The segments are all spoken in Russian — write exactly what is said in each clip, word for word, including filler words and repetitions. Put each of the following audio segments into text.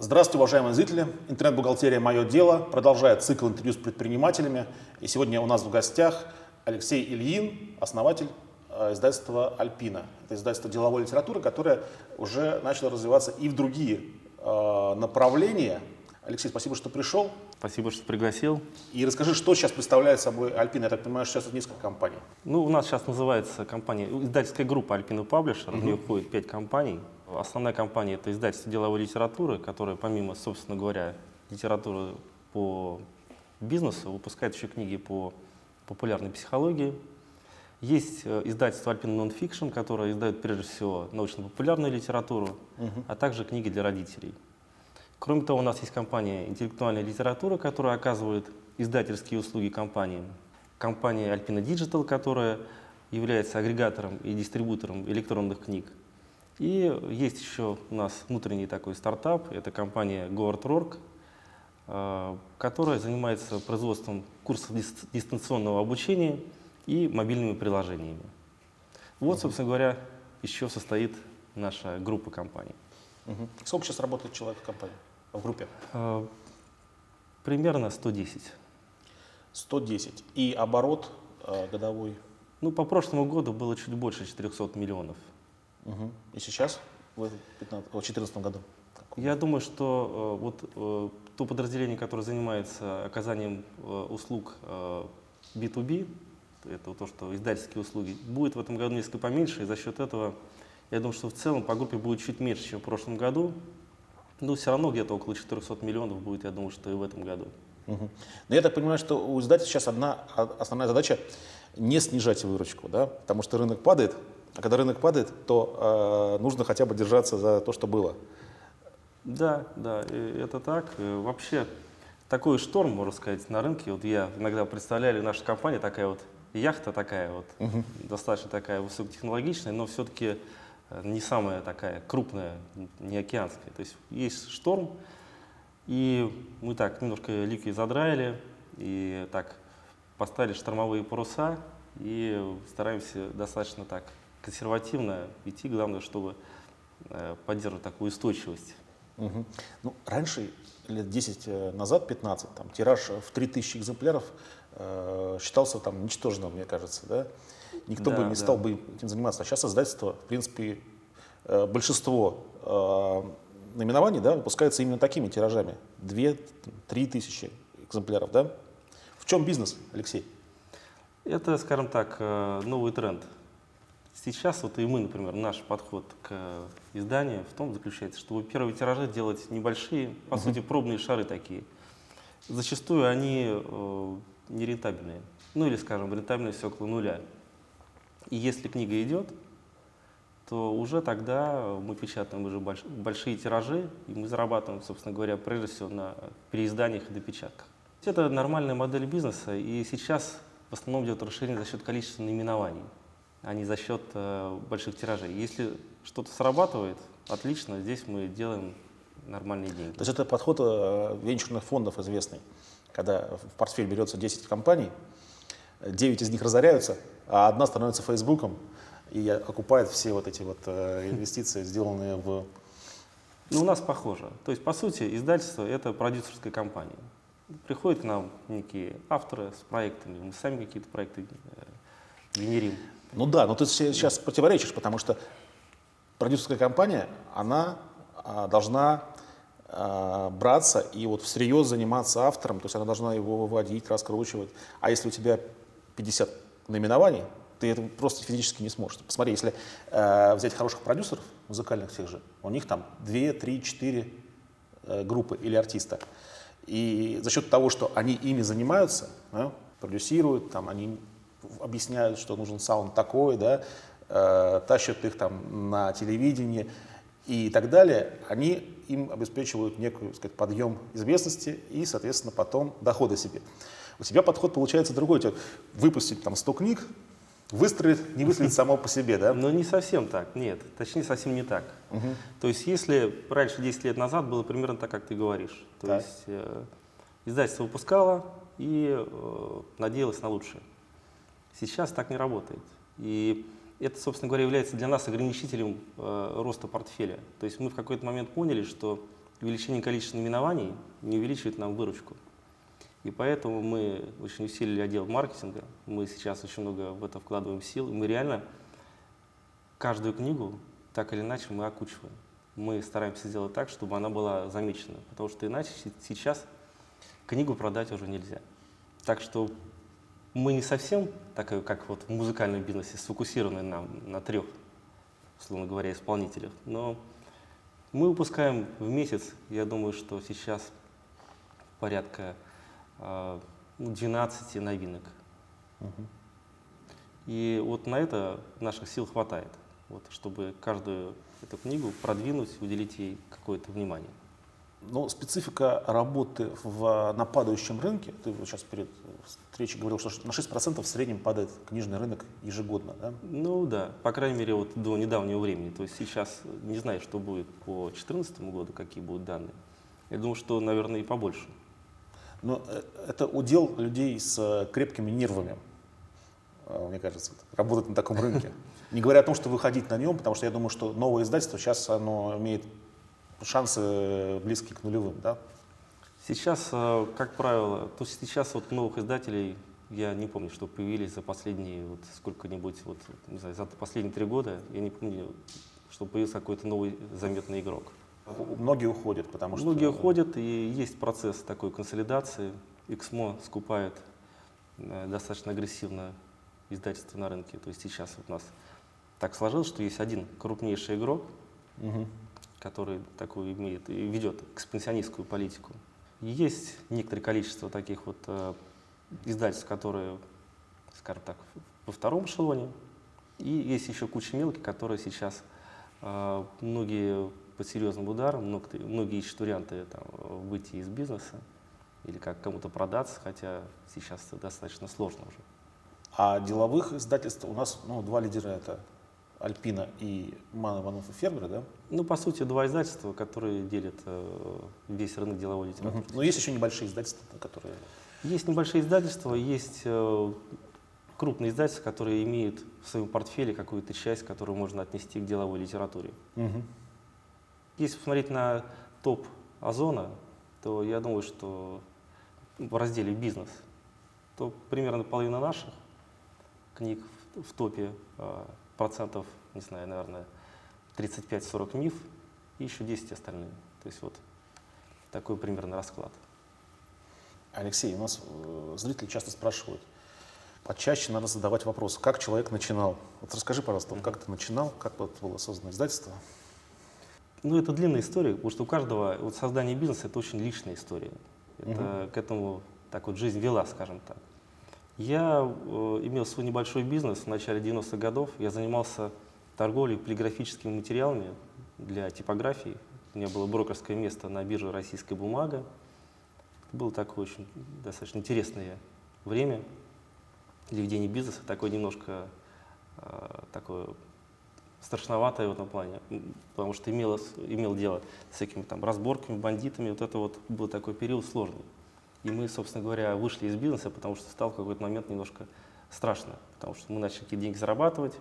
Здравствуйте, уважаемые зрители. Интернет-бухгалтерия «Мое дело» продолжает цикл интервью с предпринимателями. И сегодня у нас в гостях Алексей Ильин, основатель э, издательства «Альпина». Это издательство деловой литературы, которое уже начало развиваться и в другие э, направления. Алексей, спасибо, что пришел. Спасибо, что пригласил. И расскажи, что сейчас представляет собой «Альпина». Я так понимаю, что сейчас это несколько компаний. Ну, у нас сейчас называется компания, издательская группа «Альпина Паблишер». В нее входит пять компаний. Основная компания — это издательство деловой литературы, которое, помимо, собственно говоря, литературы по бизнесу, выпускает еще книги по популярной психологии. Есть издательство «Альпина Nonfiction», которое издает прежде всего научно-популярную литературу, uh-huh. а также книги для родителей. Кроме того, у нас есть компания «Интеллектуальная литература», которая оказывает издательские услуги компании. Компания «Альпина Digital», которая является агрегатором и дистрибутором электронных книг. И есть еще у нас внутренний такой стартап, это компания Говард точка орг, которая занимается производством курсов дистанционного обучения и мобильными приложениями. Вот, собственно говоря, еще состоит наша группа компаний. Угу. Сколько сейчас работает человек в компании, в группе? Примерно сто десять. сто десять. И оборот э, годовой? Ну, по прошлому году было чуть больше четырехсот миллионов. Угу. И сейчас, в две тысячи четырнадцатом году? Я думаю, что э, вот э, то подразделение, которое занимается оказанием э, услуг э, би ту би, это то, что издательские услуги, будет в этом году несколько поменьше, и за счет этого, я думаю, что в целом по группе будет чуть меньше, чем в прошлом году. Но все равно где-то около четырехсот миллионов будет, я думаю, что и в этом году. Угу. Но я так понимаю, что у издательства сейчас одна основная задача — не снижать выручку, да? Потому что рынок падает. А когда рынок падает, то э, нужно хотя бы держаться за то, что было. Да, да, это так. Вообще такой шторм, можно сказать, на рынке. Вот я иногда представляю, наша компания такая вот яхта такая вот, угу. достаточно такая высокотехнологичная, но все-таки не самая такая крупная, не океанская. То есть есть шторм, и мы так немножко лики задраили и так поставили штормовые паруса и стараемся достаточно так консервативно идти, главное, чтобы э, поддерживать такую устойчивость. Угу. Ну, раньше, лет десять назад, пятнадцать, там, тираж в три тысячи экземпляров э, считался там ничтожным, мне кажется, да? Никто да, бы не да. стал бы этим заниматься. А сейчас издательство, в принципе, э, большинство э, наименований, да, выпускается именно такими тиражами. две-три тысячи экземпляров, да? В чем бизнес, Алексей? Это, скажем так, новый тренд. Сейчас вот и мы, например, наш подход к изданию в том заключается, чтобы первые тиражи делать небольшие, по uh-huh. сути, пробные шары такие. Зачастую они э, нерентабельные, ну или, скажем, рентабельность около нуля. И если книга идет, то уже тогда мы печатаем уже больш, большие тиражи, и мы зарабатываем, собственно говоря, прежде всего на переизданиях и допечатках. Это нормальная модель бизнеса, и сейчас в основном идет расширение за счет количества наименований, а не за счет э, больших тиражей. Если что-то срабатывает, отлично, здесь мы делаем нормальные деньги. То есть это подход э, венчурных фондов известный, когда в портфель берется десять компаний, девять из них разоряются, а одна становится Фейсбуком и окупает все вот эти вот э, инвестиции, сделанные в… Ну, у нас похоже. То есть, по сути, издательство — это продюсерская компания. Приходят к нам некие авторы с проектами, мы сами какие-то проекты э, генерим. Ну да, но ты сейчас противоречишь, потому что продюсерская компания, она а, должна а, браться и вот всерьез заниматься автором, то есть она должна его выводить, раскручивать. А если у тебя пятьдесят наименований, ты это просто физически не сможешь. Посмотри, если э, взять хороших продюсеров, музыкальных тех же, у них там две, три, четыре э, группы или артиста. И за счет того, что они ими занимаются, да, продюсируют, там, они объясняют, что нужен саунд такой, да, э, тащат их там на телевидении и так далее, они им обеспечивают некий, так сказать, подъем известности и, соответственно, потом доходы себе. У тебя подход получается другой. У тебя выпустить там сто книг, выстрелит, не выстрелит само по себе, да? Но не совсем так, нет, точнее совсем не так. Угу. То есть если раньше, десять лет назад, было примерно так, как ты говоришь. То так. есть э, издательство выпускало и э, надеялось на лучшее. Сейчас так не работает. И это, собственно говоря, является для нас ограничителем э, роста портфеля. То есть мы в какой-то момент поняли, что увеличение количества наименований не увеличивает нам выручку. И поэтому мы очень усилили отдел маркетинга, мы сейчас очень много в это вкладываем сил, и мы реально каждую книгу так или иначе мы окучиваем. Мы стараемся сделать так, чтобы она была замечена, потому что иначе сейчас книгу продать уже нельзя. Так что мы не совсем, так как вот в музыкальном бизнесе, сфокусированы на, на трех, условно говоря, исполнителях, но мы выпускаем в месяц, я думаю, что сейчас порядка э, двенадцати новинок. Угу. И вот на это наших сил хватает, вот, чтобы каждую эту книгу продвинуть, уделить ей какое-то внимание. Но специфика работы в, на падающем рынке, ты вот сейчас перед встречей говорил, что на шесть процентов в среднем падает книжный рынок ежегодно, да? Ну да, по крайней мере, вот до недавнего времени. То есть сейчас не знаю, что будет по две тысячи четырнадцатому году, какие будут данные. Я думаю, что, наверное, и побольше. Но это удел людей с крепкими нервами, мне кажется, работать на таком рынке. Не говоря о том, что выходить на нем, потому что я думаю, что новое издательство сейчас оно имеет шансы близкие к нулевым, да? Сейчас, как правило, то есть сейчас вот новых издателей я не помню, что появились за последние вот сколько-нибудь, вот, не знаю, за последние три года, я не помню, что появился какой-то новый заметный игрок. Многие уходят, потому что… Многие уходят, и есть процесс такой консолидации. Эксмо скупает э, достаточно агрессивно издательство на рынке. То есть сейчас вот у нас так сложилось, что есть один крупнейший игрок, угу. который такую имеет и ведет экспансионистскую политику. И есть некоторое количество таких вот э, издательств, которые, скажем так, во втором эшелоне. И есть еще куча мелких, которые сейчас э, многие под серьезным ударом, многие, многие ищут варианты там, выйти из бизнеса или как кому-то продаться, хотя сейчас это достаточно сложно уже. А деловых издательств у нас ну, два лидера — это Альпина и Ман, Иванов и Фербер, да? Ну, по сути, два издательства, которые делят э, весь рынок деловой литературы. Угу. Но есть еще небольшие издательства, которые… Есть небольшие издательства, есть э, крупные издательства, которые имеют в своем портфеле какую-то часть, которую можно отнести к деловой литературе. Угу. Если посмотреть на топ Озона, то я думаю, что в разделе «Бизнес», то примерно половина наших книг в, в топе, э, процентов, не знаю, наверное, тридцать пять сорок миф и еще десять остальные. То есть вот такой примерно расклад. Алексей, у нас э, зрители часто спрашивают, почаще надо задавать вопрос, как человек начинал. Вот расскажи, пожалуйста, вот как ты начинал, как вот было создано издательство? Ну, это длинная история, потому что у каждого вот создание бизнеса — это очень личная история. Это, uh-huh. К этому так вот жизнь вела, скажем так. Я э, имел свой небольшой бизнес в начале девяностых годов. Я занимался торговлей полиграфическими материалами для типографии. У меня было брокерское место на бирже «Российская бумага». Это было такое очень достаточно интересное время для ведения бизнеса, такое немножко э, такое страшноватое в этом плане, потому что имело, имел дело с всякими там разборками, бандитами. Вот это вот был такой период сложный. И мы, собственно говоря, вышли из бизнеса, потому что стало в какой-то момент немножко страшно, потому что мы начали какие-то деньги зарабатывать.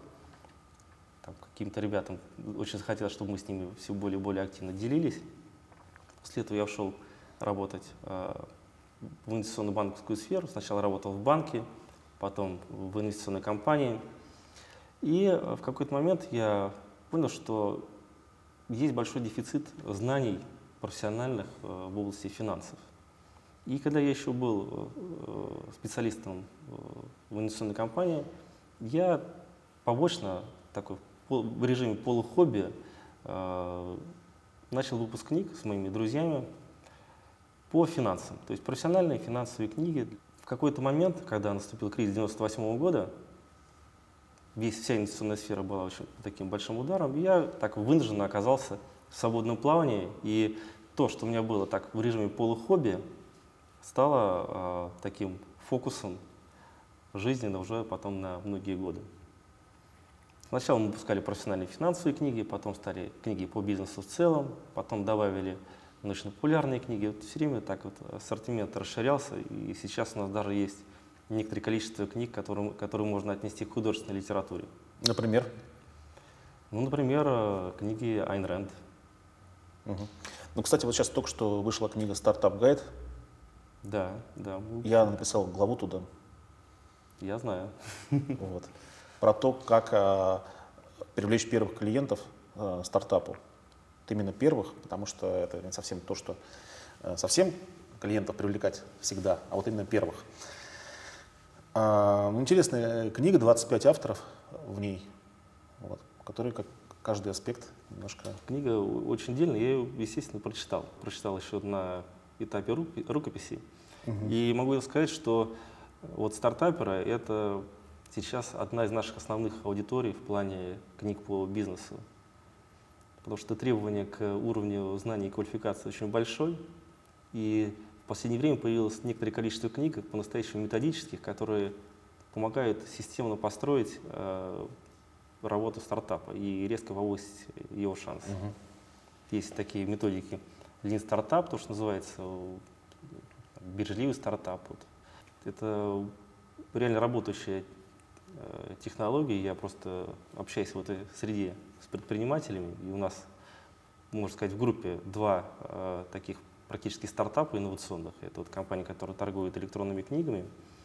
Там, каким-то ребятам очень захотелось, чтобы мы с ними все более и более активно делились. После этого я ушел работать э, в инвестиционную банковскую сферу. Сначала работал в банке, потом в инвестиционной компании. И в какой-то момент я понял, что есть большой дефицит знаний профессиональных в области финансов. И когда я еще был специалистом в инвестиционной компании, я побочно, такой, в режиме полухобби, начал выпуск книг с моими друзьями по финансам, то есть профессиональные финансовые книги. В какой-то момент, когда наступил кризис девяносто восьмого года, Весь, вся инвестиционная сфера была очень таким большим ударом, и я так вынужденно оказался в свободном плавании, и то, что у меня было так в режиме полухобби, стало э, таким фокусом жизненно уже потом на многие годы. Сначала мы выпускали профессиональные финансовые книги, потом стали книги по бизнесу в целом, потом добавили научно-популярные книги. Вот все время так вот ассортимент расширялся, и сейчас у нас даже есть некоторое количество книг, которые, которые можно отнести к художественной литературе. Например? Ну, например, книги Айн Рэнд. Угу. Ну, кстати, вот сейчас только что вышла книга «Стартап Гайд». Да, да. Я написал главу туда. Я знаю. Вот. Про то, как а, привлечь первых клиентов а, стартапу. Вот именно первых, потому что это не совсем то, что а, совсем клиентов привлекать всегда, а вот именно первых. А, ну, интересная книга, двадцать пять авторов в ней, вот, которые как каждый аспект немножко... Книга очень длинная, я ее, естественно, прочитал. Прочитал еще на этапе рукописи. Угу. И могу сказать, что вот стартаперы — это сейчас одна из наших основных аудиторий в плане книг по бизнесу. Потому что требования к уровню знаний и квалификации очень большой. И в последнее время появилось некоторое количество книг, по-настоящему методических, которые помогают системно построить э, работу стартапа и резко повысить его шансы. Uh-huh. Есть такие методики Lean стартап, то, что называется, бережливый стартап. Вот. Это реально работающая э, технология. Я просто общаюсь в этой среде с предпринимателями, и у нас, можно сказать, в группе два э, таких практически стартапа инновационных. Это вот компания, которая торгует электронными книгами,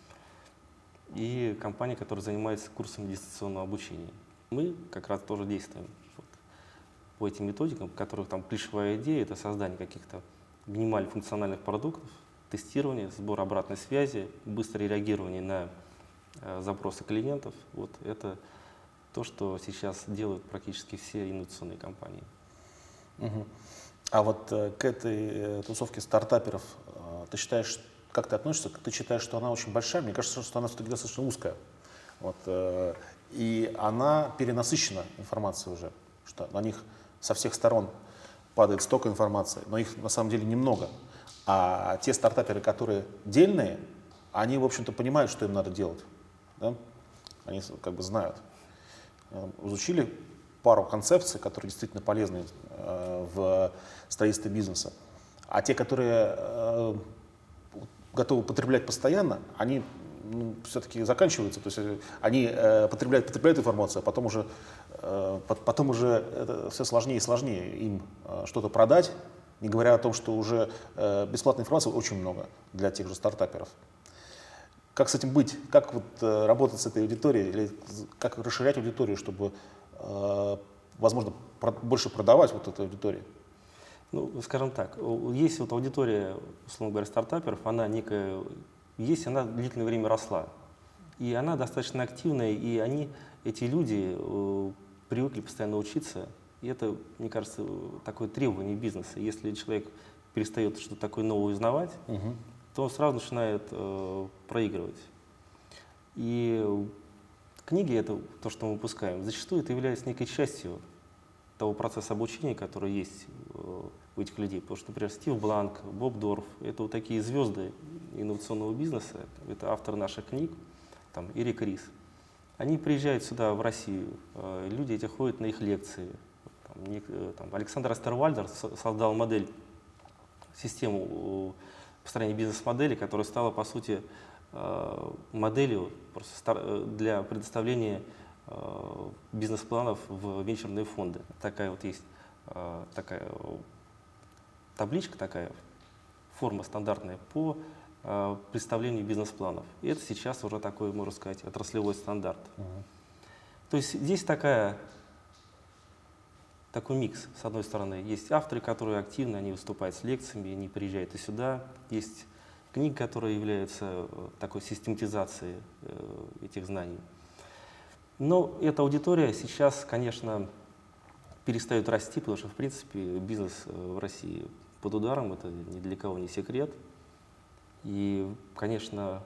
и компания, которая занимается курсами дистанционного обучения. Мы как раз тоже действуем вот по этим методикам, в которых там ключевая идея — это создание каких-то минимальных функциональных продуктов, тестирование, сбор обратной связи, быстрое реагирование на э, запросы клиентов. Вот это то, что сейчас делают практически все инновационные компании. Угу. А вот э, к этой э, тусовке стартаперов э, ты считаешь, как ты относишься? Ты считаешь, что она очень большая? Мне кажется, что она все-таки достаточно узкая. Вот, э, и она перенасыщена информацией уже, что на них со всех сторон падает столько информации, но их на самом деле немного. А те стартаперы, которые дельные, они, в общем-то, понимают, что им надо делать. Да? Они как бы знают. Изучили пару концепций, которые действительно полезны э, в строительстве бизнеса. А те, которые э, готовы потреблять постоянно, они ну, все-таки заканчиваются. То есть они э, потребляют, потребляют информацию, а потом уже, э, потом уже это все сложнее и сложнее им э, что-то продать, не говоря о том, что уже э, бесплатной информации очень много для тех же стартаперов. Как с этим быть? Как вот, э, работать с этой аудиторией? Или как расширять аудиторию, чтобы, э, возможно, про- больше продавать вот этой аудитории? Ну, скажем так, есть вот аудитория, условно говоря, стартаперов, она некая есть, она длительное время росла. И она достаточно активная, и они, эти люди, э, привыкли постоянно учиться. И это, мне кажется, такое требование бизнеса. Если человек перестает что-то такое новое узнавать, угу. то он сразу начинает э, проигрывать. И книги, это то, что мы выпускаем, зачастую это является некой частью того процесса обучения, который есть э, у этих людей. Потому что, например, Стив Бланк, Боб Дорф — это вот такие звезды инновационного бизнеса, это авторы наших книг, там, Эрик Рис. Они приезжают сюда, в Россию, э, люди эти ходят на их лекции. Там, не, там, Александр Астервальдер создал модель, систему построения бизнес-модели, которая стала, по сути, э, моделью просто для предоставления э, бизнес-планов в венчурные фонды. Такая вот есть э, такая табличка, такая форма стандартная по э, представлению бизнес-планов. И это сейчас уже такой, можно сказать, отраслевой стандарт. Uh-huh. То есть здесь такая, такой микс. С одной стороны, есть авторы, которые активны, они выступают с лекциями, они приезжают и сюда. Есть книги, которые являются такой систематизацией э, этих знаний. Но эта аудитория сейчас, конечно, перестает расти, потому что, в принципе, бизнес в России под ударом, это ни для кого не секрет. И, конечно,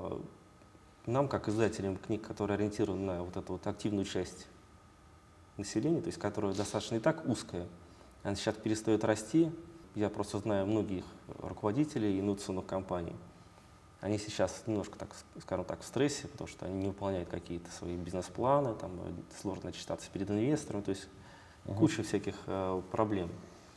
нам, как издателям книг, которые ориентированы на вот эту вот активную часть населения, то есть которая достаточно и так узкая, она сейчас перестает расти. Я просто знаю многих руководителей инновационных компаний. Они сейчас немножко, так, скажем так, в стрессе, потому что они не выполняют какие-то свои бизнес-планы, там сложно отчитаться перед инвестором, то есть uh-huh. куча всяких э, проблем.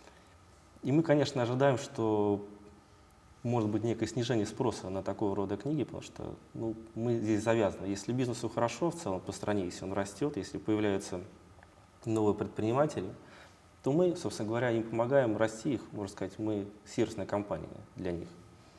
И мы, конечно, ожидаем, что может быть некое снижение спроса на такого рода книги, потому что ну, мы здесь завязаны. Если бизнесу хорошо в целом по стране, если он растет, если появляются новые предприниматели, то мы, собственно говоря, им помогаем расти их, можно сказать, мы сервисная компания для них.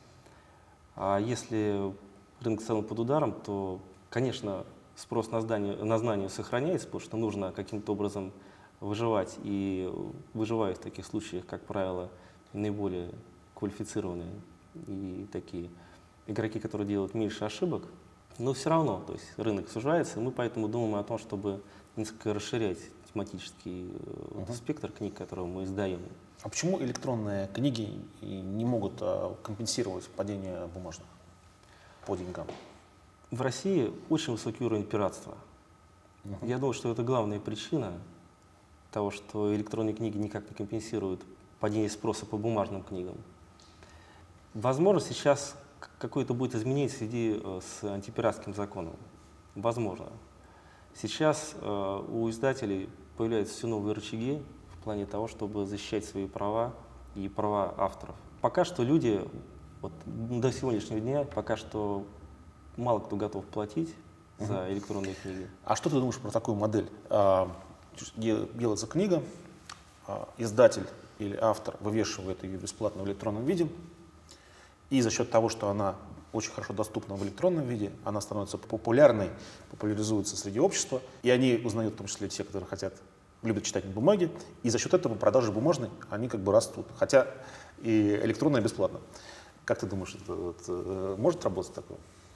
А если рынок в целом под ударом, то, конечно, спрос на, здание, на знания сохраняется, потому что нужно каким-то образом выживать. И выживают в таких случаях, как правило, наиболее квалифицированные и такие игроки, которые делают меньше ошибок. Но все равно, то есть рынок сужается, и мы поэтому думаем о том, чтобы несколько расширять тематический uh-huh. вот, спектр книг, которые мы издаем. А почему электронные книги не могут а, компенсировать падение бумажных по деньгам? В России очень высокий уровень пиратства. Uh-huh. Я думаю, что это главная причина того, что электронные книги никак не компенсируют падение спроса по бумажным книгам. Возможно, сейчас какое-то будет изменение в связи с антипиратским законом. Возможно. Сейчас э, у издателей появляются все новые рычаги в плане того, чтобы защищать свои права и права авторов. Пока что люди, вот, до сегодняшнего дня, пока что мало кто готов платить uh-huh. за электронные книги. А что ты думаешь про такую модель? А, делается книга, а, издатель или автор вывешивает ее бесплатно в электронном виде, и за счет того, что она очень хорошо доступна в электронном виде, она становится популярной, популяризуется среди общества, и они узнают, в том числе те, которые хотят, любят читать на бумаге, и за счет этого продажи бумажной, они как бы растут, хотя и электронная бесплатно. Как ты думаешь, это, это, может работать такое?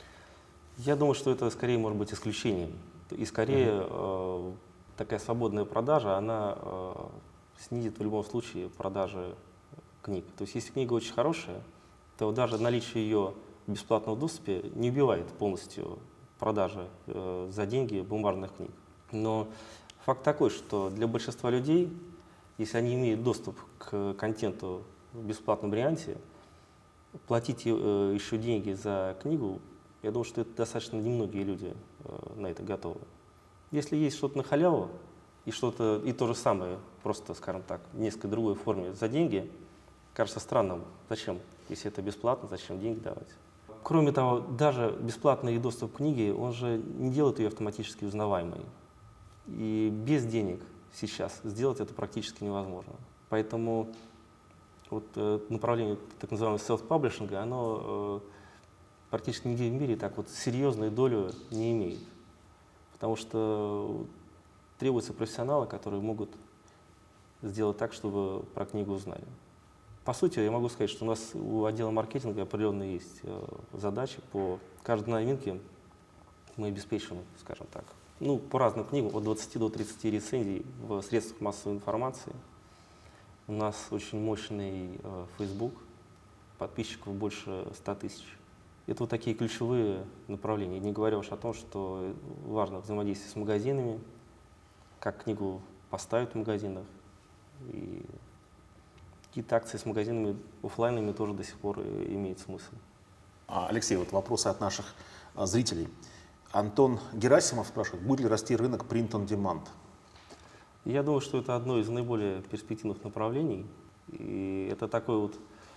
Я думаю, что это скорее может быть исключением, и скорее uh-huh. э, такая свободная продажа, она э, снизит в любом случае продажи книг. То есть если книга очень хорошая, то даже наличие ее в бесплатном доступе не убивает полностью продажи э, за деньги бумажных книг. Но факт такой, что для большинства людей, если они имеют доступ к контенту в бесплатном варианте, платить э, еще деньги за книгу, я думаю, что это достаточно немногие люди э, на это готовы. Если есть что-то на халяву и что-то и то же самое, просто, скажем так, в несколько другой форме за деньги, кажется странным. Зачем? Если это бесплатно, зачем деньги давать? Кроме того, даже бесплатный доступ к книге, он же не делает ее автоматически узнаваемой. И без денег сейчас сделать это практически невозможно. Поэтому вот, э, направление так называемого селф-паблишинга, оно э, практически нигде в мире так вот серьезную долю не имеет. Потому что требуются профессионалы, которые могут сделать так, чтобы про книгу узнали. По сути, я могу сказать, что у нас у отдела маркетинга определенные есть э, задачи. По каждой новинке мы обеспечим, скажем так, ну, по разным книгам, от двадцати до тридцати рецензий в средствах массовой информации. У нас очень мощный э, Facebook, подписчиков больше ста тысяч. Это вот такие ключевые направления. Не говоря уж о том, что важно взаимодействие с магазинами, как книгу поставить в магазинах. И какие-то акции с магазинами офлайнами тоже до сих пор имеет смысл. Алексей, вот вопросы от наших а, зрителей. Антон Герасимов спрашивает, будет ли расти рынок print on demand? Я думаю, что это одно из наиболее перспективных направлений. И это такое вот,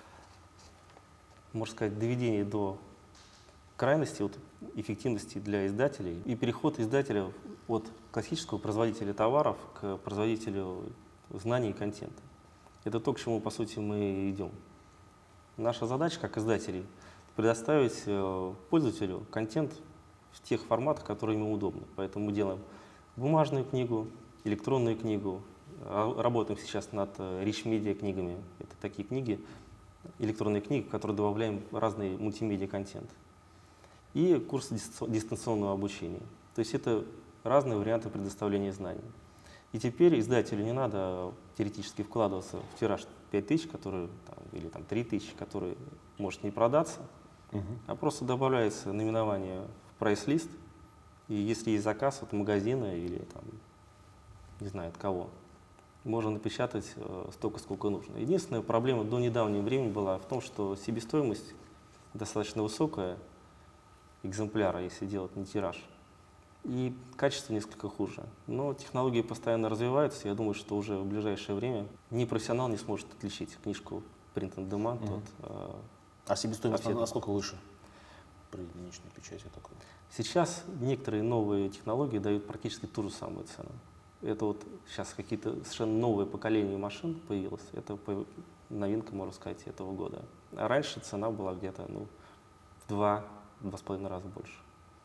можно сказать, доведение до крайности, вот, эффективности для издателей и переход издателя от классического производителя товаров к производителю знаний и контента. Это то, к чему, по сути, мы идем. Наша задача, как издателей, предоставить э, пользователю контент в тех форматах, которые ему удобны. Поэтому мы делаем бумажную книгу, электронную книгу. Работаем сейчас над э, Rich Media книгами. Это такие книги, электронные книги, в которые добавляем разный мультимедиа-контент. И курсы дистанционного обучения. То есть это разные варианты предоставления знаний. И теперь издателю не надо теоретически вкладываться в тираж пять тысяч, который, там, или там, три тысячи, который может не продаться, uh-huh. а просто добавляется наименование в прайс-лист, и если есть заказ от магазина или там, не знаю от кого, можно напечатать э, столько, сколько нужно. Единственная проблема до недавнего времени была в том, что себестоимость достаточно высокая экземпляра, если делать не тираж. И качество несколько хуже. Но технологии постоянно развиваются. Я думаю, что уже в ближайшее время ни профессионал не сможет отличить книжку print on demand mm-hmm. от э, А себестоимость от насколько выше при единичной печати такой? Сейчас некоторые новые технологии дают практически ту же самую цену. Это вот сейчас какие-то совершенно новые поколения машин появилось. Это по- новинка, можно сказать, этого года. А раньше цена была где-то ну, в два, два с половиной раза больше.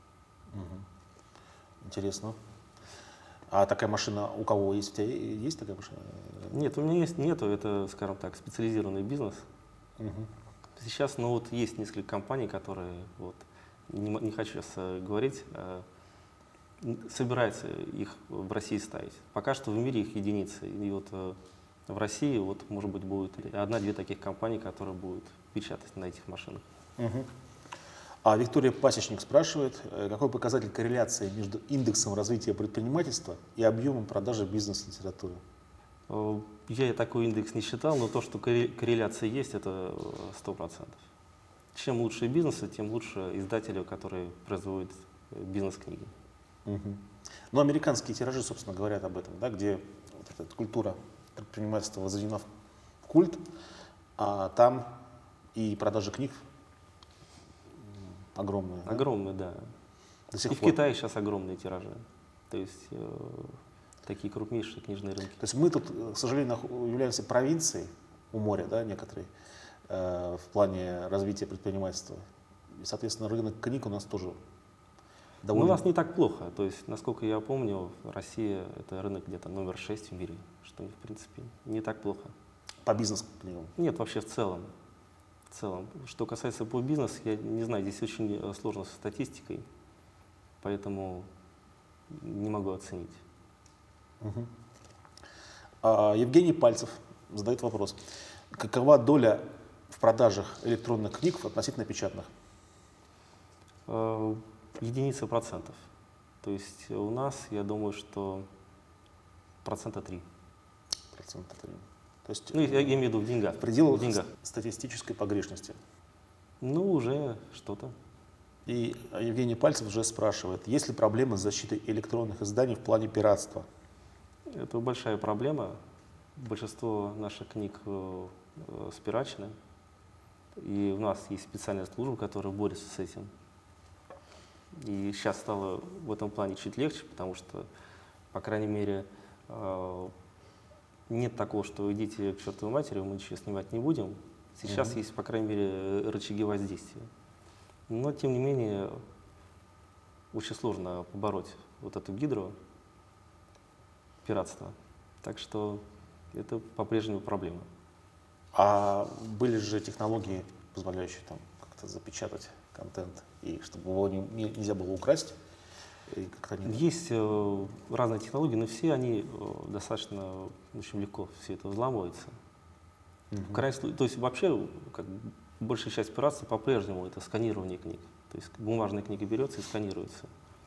Интересно. А такая машина у кого есть? У тебя есть такая машина? Нет, у меня есть, нету, это, скажем так, специализированный бизнес. Мгм. Сейчас, ну вот есть несколько компаний, которые, вот, не, м- не хочу сейчас э, говорить, э, н- собираются их в России ставить. Пока что в мире их единицы. И вот э, в России, вот, может быть, будет одна-две таких компании, которые будут печатать на этих машинах. Мгм. А Виктория Пасечник спрашивает, э, какой показатель корреляции между индексом развития предпринимательства и объемом продажи бизнес-литературы? Э, Я такой индекс не считал, но то, что корре- корреляция есть, это сто процентов. Чем лучше бизнесы, тем лучше издатели, которые производят э, бизнес-книги. Мгм. Ну, американские тиражи, собственно, говорят об этом, да, где вот эта вот культура предпринимательства возведена в культ, а там и продажи книг м, огромные, да, Огромные, да. до сих И в пор. Китае сейчас огромные тиражи. То есть э, такие крупнейшие книжные рынки. То есть мы тут, э, к сожалению, наху- являемся провинцией у моря, да, некоторые, э, в плане развития предпринимательства. И, соответственно, рынок книг у нас тоже Но у довольно... нас не так плохо. То есть, насколько я помню, Россия — это рынок где-то номер шесть в мире, что, в принципе, не так плохо. по бизнес-книгам. Нет, вообще в целом. В целом. Что касается по бизнесу, я не знаю, здесь очень э, сложно со статистикой, поэтому не могу оценить. Мгм. А Евгений Пальцев задает вопрос. Какова доля в продажах электронных книг относительно печатных? Э, Единица процентов. То есть у нас, я думаю, что процента три. Процента три. То есть Ну, я э, имею в виду в деньгах. в пределах В деньгах. статистической погрешности. Ну, уже что-то. И Евгений Пальцев уже спрашивает, есть ли проблемы с защитой электронных изданий в плане пиратства? Это большая проблема. Большинство наших книг э, э, спирачены. И у нас есть специальная служба, которая борется с этим. И сейчас стало в этом плане чуть легче, потому что, по крайней мере, э, нет такого, что идите к чертовой матери, мы ничего снимать не будем. Сейчас Мгм. есть, по крайней мере, рычаги воздействия. Но, тем не менее, очень сложно побороть вот эту гидру пиратства. Так что это по-прежнему проблема. А были же технологии, позволяющие там как-то запечатать контент, и чтобы его не- не- нельзя было украсть? И как-то они- Есть э, разные технологии, но все они э, достаточно очень легко все это взламывается. Мгм. В крайнем случае, то есть вообще как, бы, большая часть операций по-прежнему это сканирование книг. То есть бумажная книга берется и сканируется.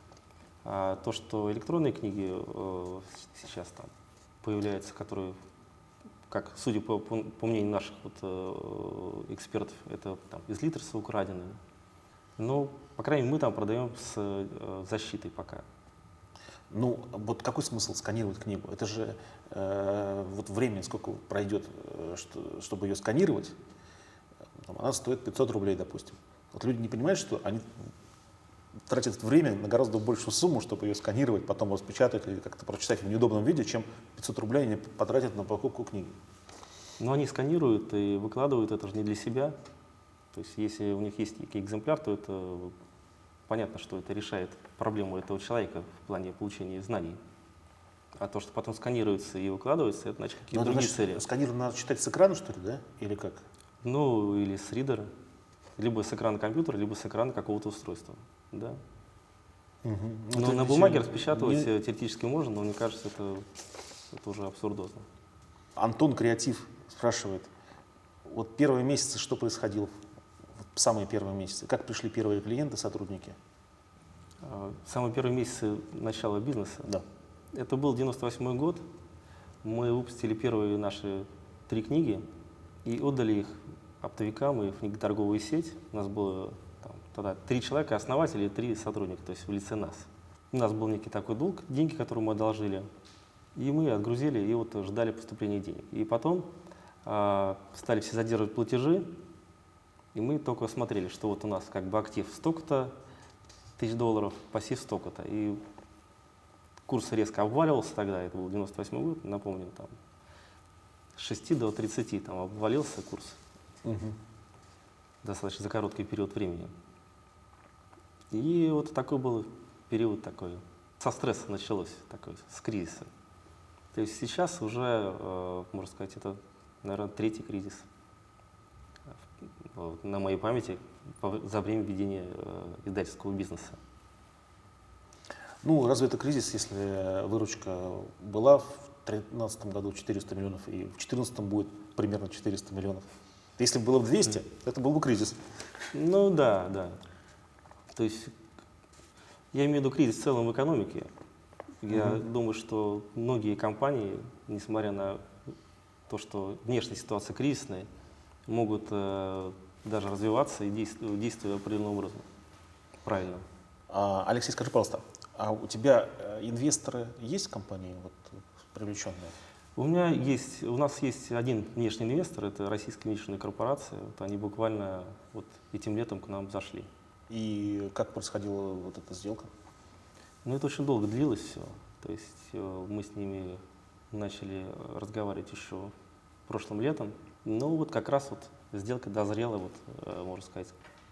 А то, что электронные книги э, с- сейчас там появляются, которые, как судя по, по, по мнению наших вот, э, экспертов, это там, из Литерса украденные. Но, по крайней мере, мы там продаем с э, защитой пока. Ну, вот какой смысл сканировать книгу? Это же э, вот время, сколько пройдет, э, что- чтобы ее сканировать, там, она стоит пятьсот рублей, допустим. Вот люди не понимают, что они тратят время на гораздо большую сумму, чтобы ее сканировать, потом распечатать или как-то прочитать в неудобном виде, чем пятьсот рублей они потратят на покупку книги. Но они сканируют и выкладывают это же не для себя. То есть если у них есть некий экземпляр, то это понятно, что это решает проблему этого человека в плане получения знаний. А то, что потом сканируется и выкладывается, это значит Ну, какие-то это другие значит, цели. сканирование надо читать с экрана, что ли, да? Или как? Ну, или с ридера, либо с экрана компьютера, либо с экрана какого-то устройства. Да. Мгм. Но Это на ведь, бумаге э, распечатывать не- э, теоретически можно, но мне кажется, это, это уже абсурдозно. Антон Креатив спрашивает, вот первые месяцы что происходило? Вот самые первые месяцы. Как пришли первые клиенты, сотрудники? А, Самые первые месяцы начала бизнеса. Да. Это был девяносто восьмой год. Мы выпустили первые наши три книги и отдали их оптовикам и в книготорговую сеть. У нас было там, тогда три человека, основатели и три сотрудника, то есть в лице нас. У нас был некий такой долг, деньги, которые мы одолжили, и мы отгрузили и вот ждали поступления денег. И потом а, стали все задерживать платежи, и мы только смотрели, что вот у нас как бы актив столько-то тысяч долларов, пассив столько-то. И курс резко обваливался тогда, это был девяносто восьмой год, напомню, там с шести до тридцати там обвалился курс. Угу. Достаточно за короткий период времени. И вот такой был период такой, со стресса началось, такой, с кризиса. То есть сейчас уже, э, можно сказать, это, наверное, третий кризис вот, на моей памяти за время ведения э, издательского бизнеса. Ну, разве это кризис, если выручка была в две тысячи тринадцатом году четыреста миллионов, и в две тысячи четырнадцатом будет примерно четыреста миллионов? Если бы было бы двести, mm. это был бы кризис. Ну да, да. То есть я имею в виду кризис в целом в экономике. Я mm-hmm. думаю, что многие компании, несмотря на то, что внешняя ситуация кризисная, могут э, даже развиваться и действовать, действовать определенным образом. Правильно. А, Алексей, скажи, пожалуйста, а у тебя инвесторы есть в компании вот, привлеченные? У меня есть, у нас есть один внешний инвестор, это Российская медичная корпорация. Вот они буквально вот этим летом к нам зашли. И как происходила вот эта сделка? Ну, это очень долго длилось все. То есть э, мы с ними начали разговаривать еще прошлым летом. Ну, вот как раз вот сделка дозрела, вот, э, можно сказать,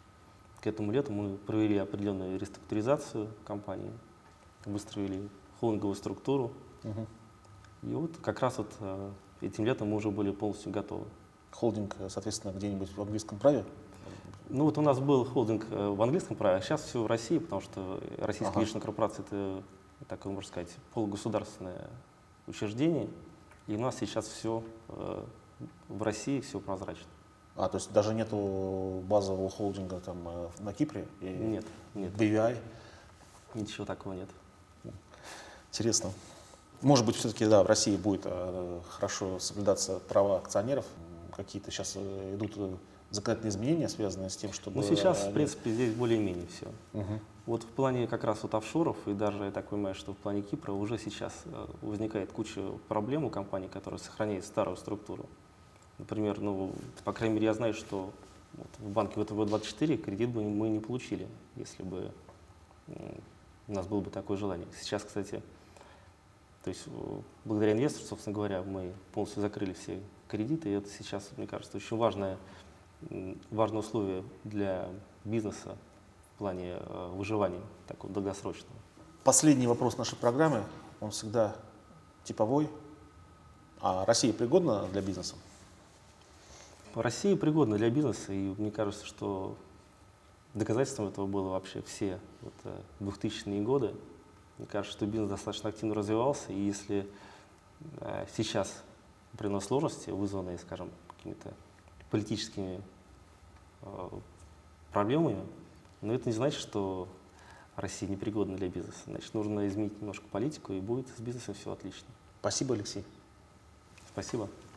к этому лету мы провели определенную реструктуризацию компании, выстроили холдинговую структуру. Угу. И вот как раз вот э, этим летом мы уже были полностью готовы. Холдинг, соответственно, где-нибудь в английском праве? Ну вот у нас был холдинг э, в английском праве, а сейчас все в России, потому что Российская ага. медичная корпорация — это такое, можно сказать, полугосударственное учреждение, и у нас сейчас все э, в России, все прозрачно. А, то есть даже нету базового холдинга там э, на Кипре? И нет, нет. би ви ай? Ничего такого нет. Интересно. Может быть, все-таки, да, в России будет э, хорошо соблюдаться права акционеров. Какие-то сейчас э, идут э, законодательные изменения, связанные с тем, чтобы... Ну, сейчас, они... в принципе, здесь более-менее все. Угу. Вот в плане как раз вот офшоров, и даже, я так понимаю, что в плане Кипра уже сейчас э, возникает куча проблем у компаний, которые сохраняют старую структуру. Например, ну, по крайней мере, я знаю, что вот в банке вэ тэ вэ двадцать четыре кредит бы мы не получили, если бы э, у нас было бы такое желание. Сейчас, кстати, то есть благодаря инвестору, собственно говоря, мы полностью закрыли все кредиты, и это сейчас, мне кажется, очень важное, важное условие для бизнеса в плане э, выживания такого долгосрочного. Последний вопрос нашей программы, он всегда типовой. А Россия пригодна для бизнеса? Россия пригодна для бизнеса, и мне кажется, что доказательством этого было вообще все вот, двухтысячные годы. Мне кажется, что бизнес достаточно активно развивался, и если э, сейчас определенные сложности, вызванные, скажем, какими-то политическими э, проблемами, но это не значит, что Россия непригодна для бизнеса. Значит, нужно изменить немножко политику, и будет с бизнесом все отлично. Спасибо, Алексей. Спасибо.